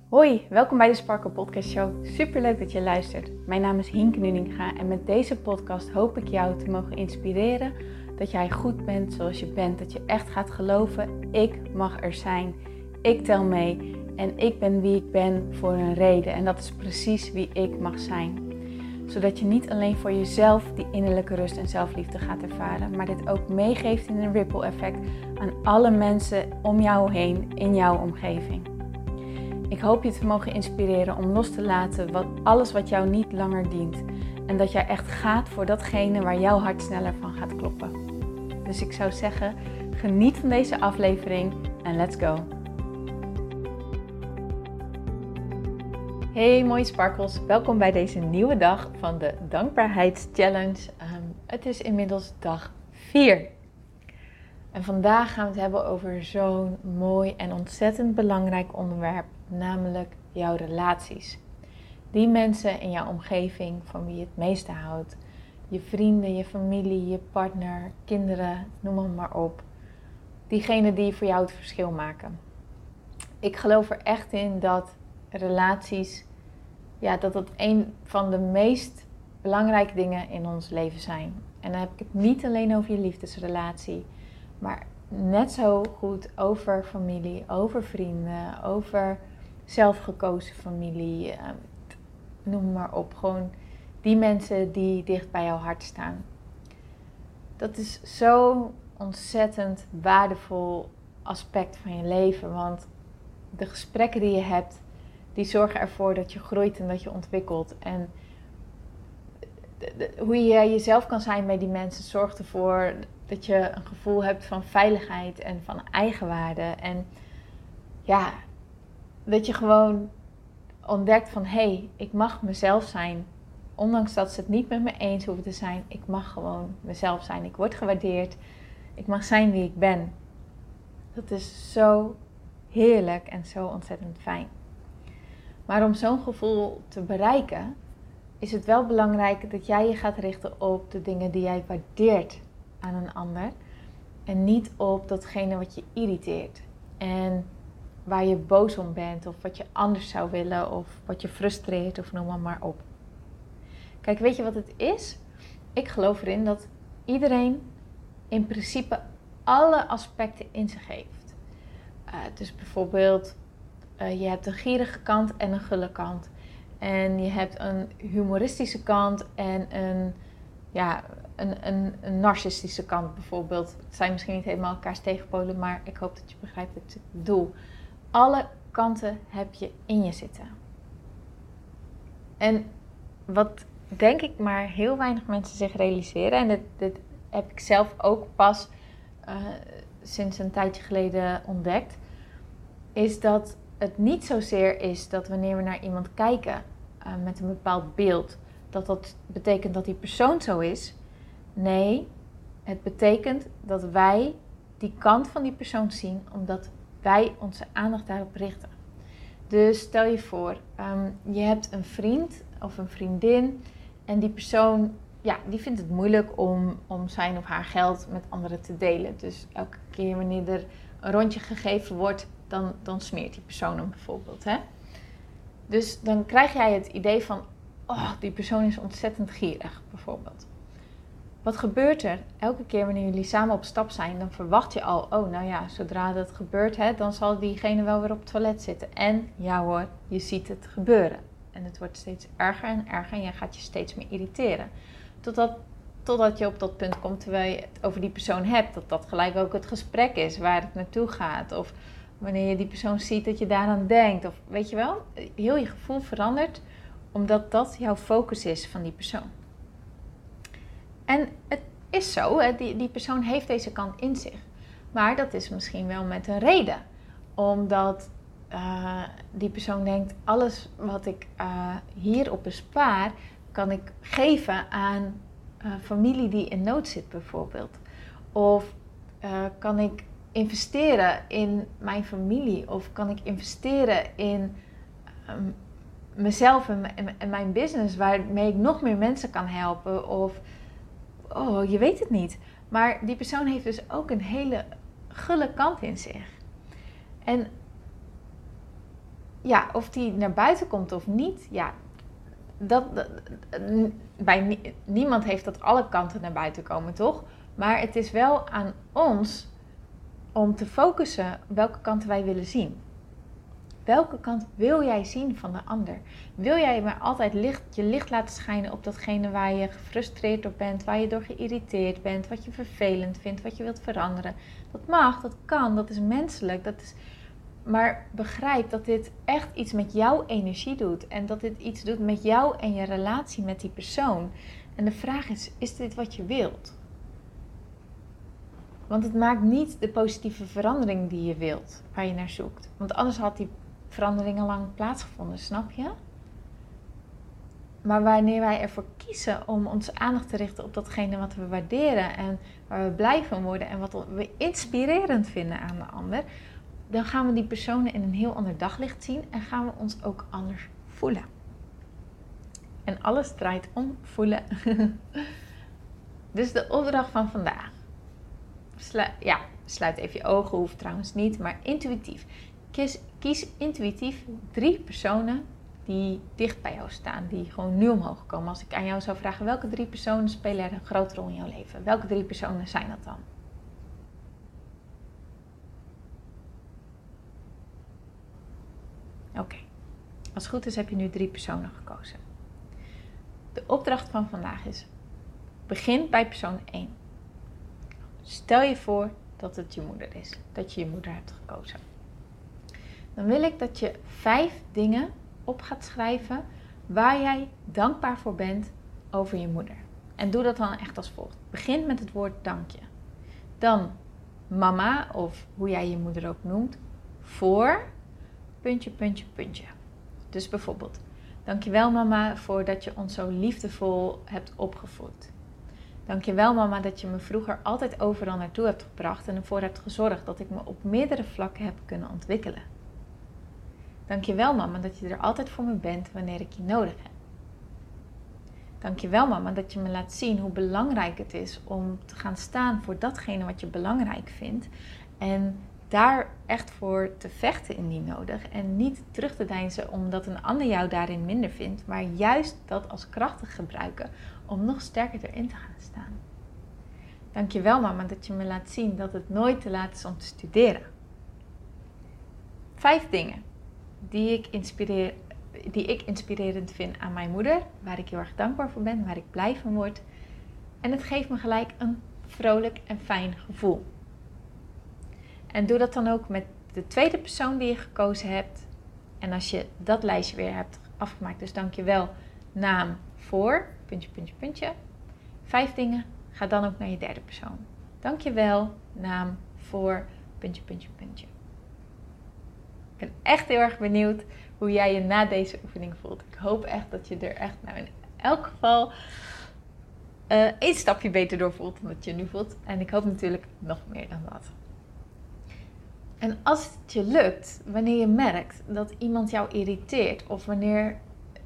Hoi, welkom bij de Sparkle Podcast Show. Superleuk dat je luistert. Mijn naam is Hienke Nuninga en met deze podcast hoop ik jou te mogen inspireren dat jij goed bent zoals je bent. Dat je echt gaat geloven, ik mag er zijn, ik tel mee en ik ben wie ik ben voor een reden. En dat is precies wie ik mag zijn. Zodat je niet alleen voor jezelf die innerlijke rust en zelfliefde gaat ervaren, maar dit ook meegeeft in een ripple effect aan alle mensen om jou heen in jouw omgeving. Ik hoop je te mogen inspireren om los te laten alles wat jou niet langer dient. En dat jij echt gaat voor datgene waar jouw hart sneller van gaat kloppen. Dus ik zou zeggen, geniet van deze aflevering en let's go. Hey mooie sparkles, welkom bij deze nieuwe dag van de Dankbaarheidschallenge. Het is inmiddels dag 4. En vandaag gaan we het hebben over zo'n mooi en ontzettend belangrijk onderwerp. Namelijk jouw relaties. Die mensen in jouw omgeving van wie je het meeste houdt. Je vrienden, je familie, je partner, kinderen, noem het maar op. Diegenen die voor jou het verschil maken. Ik geloof er echt in dat relaties, dat het een van de meest belangrijke dingen in ons leven zijn. En dan heb ik het niet alleen over je liefdesrelatie, maar net zo goed over familie, over vrienden, over zelfgekozen familie, noem maar op. Gewoon die mensen die dicht bij jouw hart staan. Dat is zo'n ontzettend waardevol aspect van je leven. Want de gesprekken die je hebt, die zorgen ervoor dat je groeit en dat je ontwikkelt. En hoe je jezelf kan zijn bij die mensen zorgt ervoor dat je een gevoel hebt van veiligheid en van eigenwaarde. En ja, dat je gewoon ontdekt van ik mag mezelf zijn. Ondanks dat ze het niet met me eens hoeven te zijn. Ik mag gewoon mezelf zijn. Ik word gewaardeerd. Ik mag zijn wie ik ben. Dat is zo heerlijk en zo ontzettend fijn. Maar om zo'n gevoel te bereiken, is het wel belangrijk dat jij je gaat richten op de dingen die jij waardeert aan een ander. En niet op datgene wat je irriteert. En waar je boos om bent, of wat je anders zou willen, of wat je frustreert, of noem maar op. Kijk, weet je wat het is? Ik geloof erin dat iedereen in principe alle aspecten in zich heeft. Dus bijvoorbeeld, je hebt een gierige kant en een gulle kant. En je hebt een humoristische kant en een narcistische kant bijvoorbeeld. Het zijn misschien niet helemaal elkaars tegenpolen, maar ik hoop dat je begrijpt wat ik bedoel. Alle kanten heb je in je zitten. En wat denk ik maar heel weinig mensen zich realiseren, en dit heb ik zelf ook pas sinds een tijdje geleden ontdekt, is dat het niet zozeer is dat wanneer we naar iemand kijken met een bepaald beeld, dat betekent dat die persoon zo is. Nee, het betekent dat wij die kant van die persoon zien, omdat wij onze aandacht daarop richten. Dus stel je voor, je hebt een vriend of een vriendin en die persoon, die vindt het moeilijk om zijn of haar geld met anderen te delen. Dus elke keer wanneer er een rondje gegeven wordt, dan smeert die persoon hem bijvoorbeeld. Hè? Dus dan krijg jij het idee van, die persoon is ontzettend gierig bijvoorbeeld. Wat gebeurt er? Elke keer wanneer jullie samen op stap zijn, dan verwacht je al, zodra dat gebeurt, dan zal diegene wel weer op het toilet zitten. En ja hoor, je ziet het gebeuren. En het wordt steeds erger en erger en je gaat je steeds meer irriteren. Totdat je op dat punt komt, terwijl je het over die persoon hebt, dat gelijk ook het gesprek is waar het naartoe gaat. Of wanneer je die persoon ziet, dat je daaraan denkt. Of weet je wel, heel je gevoel verandert, omdat dat jouw focus is van die persoon. En het is zo, die persoon heeft deze kant in zich. Maar dat is misschien wel met een reden. Omdat die persoon denkt, alles wat ik hierop bespaar, kan ik geven aan familie die in nood zit bijvoorbeeld. Of kan ik investeren in mijn familie. Of kan ik investeren in mezelf en mijn business, waarmee ik nog meer mensen kan helpen. Of je weet het niet. Maar die persoon heeft dus ook een hele gulle kant in zich. En of die naar buiten komt of niet, niemand heeft dat alle kanten naar buiten komen, toch? Maar het is wel aan ons om te focussen welke kanten wij willen zien. Welke kant wil jij zien van de ander? Wil jij maar altijd je licht laten schijnen op datgene waar je gefrustreerd door bent, waar je door geïrriteerd bent, wat je vervelend vindt, wat je wilt veranderen? Dat mag, dat kan, dat is menselijk. Maar begrijp dat dit echt iets met jouw energie doet. En dat dit iets doet met jou en je relatie met die persoon. En de vraag is dit wat je wilt? Want het maakt niet de positieve verandering die je wilt, waar je naar zoekt. Want anders had die verandering al lang plaatsgevonden, snap je? Maar wanneer wij ervoor kiezen om onze aandacht te richten op datgene wat we waarderen en waar we blij van worden en wat we inspirerend vinden aan de ander, dan gaan we die personen in een heel ander daglicht zien en gaan we ons ook anders voelen. En alles draait om voelen. Dus de opdracht van vandaag. Sluit even je ogen, hoeft trouwens niet, maar intuïtief. Kies intuïtief 3 personen die dicht bij jou staan, die gewoon nu omhoog komen. Als ik aan jou zou vragen, welke 3 personen spelen er een grote rol in jouw leven? Welke 3 personen zijn dat dan? Oké. Als het goed is heb je nu 3 personen gekozen. De opdracht van vandaag is, begin bij persoon 1. Stel je voor dat het je moeder is, dat je je moeder hebt gekozen. Dan wil ik dat je 5 dingen op gaat schrijven waar jij dankbaar voor bent over je moeder. En doe dat dan echt als volgt. Begin met het woord dankje. Dan mama, of hoe jij je moeder ook noemt, voor puntje, puntje, puntje. Dus bijvoorbeeld, dankjewel mama voor dat je ons zo liefdevol hebt opgevoed. Dankjewel mama dat je me vroeger altijd overal naartoe hebt gebracht en ervoor hebt gezorgd dat ik me op meerdere vlakken heb kunnen ontwikkelen. Dankjewel mama dat je er altijd voor me bent wanneer ik je nodig heb. Dankjewel mama dat je me laat zien hoe belangrijk het is om te gaan staan voor datgene wat je belangrijk vindt. En daar echt voor te vechten indien nodig. En niet terug te deinzen omdat een ander jou daarin minder vindt. Maar juist dat als kracht te gebruiken om nog sterker erin te gaan staan. Dankjewel mama dat je me laat zien dat het nooit te laat is om te studeren. 5 dingen die ik inspirerend vind aan mijn moeder. Waar ik heel erg dankbaar voor ben, waar ik blij van word. En het geeft me gelijk een vrolijk en fijn gevoel. En doe dat dan ook met de tweede persoon die je gekozen hebt. En als je dat lijstje weer hebt afgemaakt, dus dankjewel, naam, voor, puntje, puntje, puntje. 5 dingen, ga dan ook naar je derde persoon. Dankjewel, naam, voor, puntje, puntje, puntje. Ik ben echt heel erg benieuwd hoe jij je na deze oefening voelt. Ik hoop echt dat je er echt, in elk geval 1 stapje beter door voelt dan dat je nu voelt. En ik hoop natuurlijk nog meer dan dat. En als het je lukt, wanneer je merkt dat iemand jou irriteert of wanneer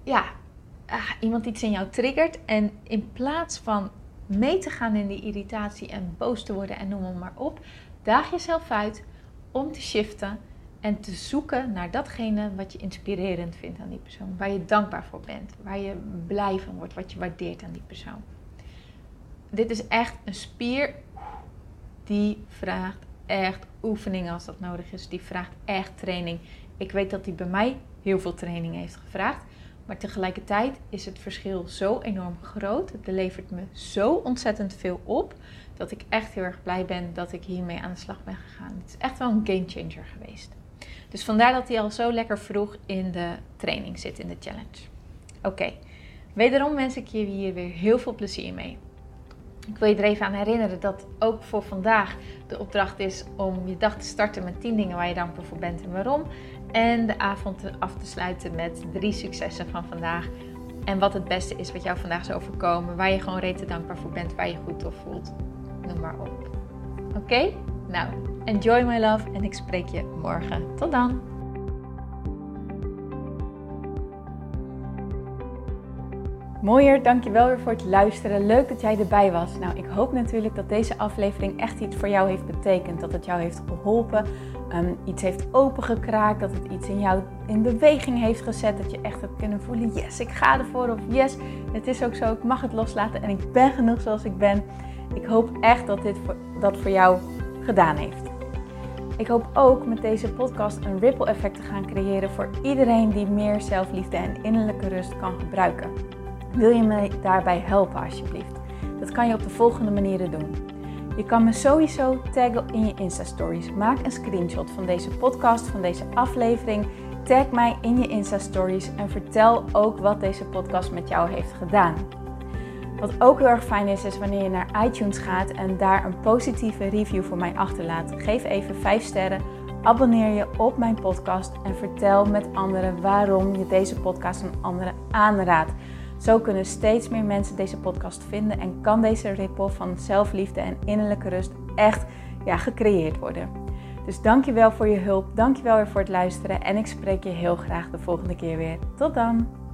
iemand iets in jou triggert en in plaats van mee te gaan in die irritatie en boos te worden en noem het maar op, daag jezelf uit om te shiften en te zoeken naar datgene wat je inspirerend vindt aan die persoon, waar je dankbaar voor bent, waar je blij van wordt, wat je waardeert aan die persoon. Dit is echt een spier die vraagt echt oefening als dat nodig is. Die vraagt echt training. Ik weet dat die bij mij heel veel training heeft gevraagd. Maar tegelijkertijd is het verschil zo enorm groot. Het levert me zo ontzettend veel op. Dat ik echt heel erg blij ben dat ik hiermee aan de slag ben gegaan. Het is echt wel een gamechanger geweest. Dus vandaar dat hij al zo lekker vroeg in de training zit, in de challenge. Oké. Wederom wens ik je hier weer heel veel plezier mee. Ik wil je er even aan herinneren dat ook voor vandaag de opdracht is om je dag te starten met 10 dingen waar je dankbaar voor bent en waarom. En de avond af te sluiten met 3 successen van vandaag. En wat het beste is wat jou vandaag is overkomen. Waar je gewoon rete dankbaar voor bent, waar je goed door voelt. Noem maar op. Oké? Nou, enjoy my love en ik spreek je morgen. Tot dan! Mooier, dankjewel weer voor het luisteren. Leuk dat jij erbij was. Nou, ik hoop natuurlijk dat deze aflevering echt iets voor jou heeft betekend. Dat het jou heeft geholpen iets heeft opengekraakt, dat het iets in jou in beweging heeft gezet, dat je echt hebt kunnen voelen, yes, ik ga ervoor, of yes, het is ook zo, ik mag het loslaten en ik ben genoeg zoals ik ben. Ik hoop echt dat dit dat voor jou gedaan heeft. Ik hoop ook met deze podcast een ripple effect te gaan creëren voor iedereen die meer zelfliefde en innerlijke rust kan gebruiken. Wil je me daarbij helpen alsjeblieft? Dat kan je op de volgende manieren doen. Je kan me sowieso taggen in je Insta-stories. Maak een screenshot van deze podcast, van deze aflevering. Tag mij in je Insta-stories en vertel ook wat deze podcast met jou heeft gedaan. Wat ook heel erg fijn is wanneer je naar iTunes gaat en daar een positieve review voor mij achterlaat. Geef even 5 sterren, abonneer je op mijn podcast en vertel met anderen waarom je deze podcast aan anderen aanraadt. Zo kunnen steeds meer mensen deze podcast vinden en kan deze ripple van zelfliefde en innerlijke rust echt gecreëerd worden. Dus dankjewel voor je hulp, dankjewel weer voor het luisteren en ik spreek je heel graag de volgende keer weer. Tot dan!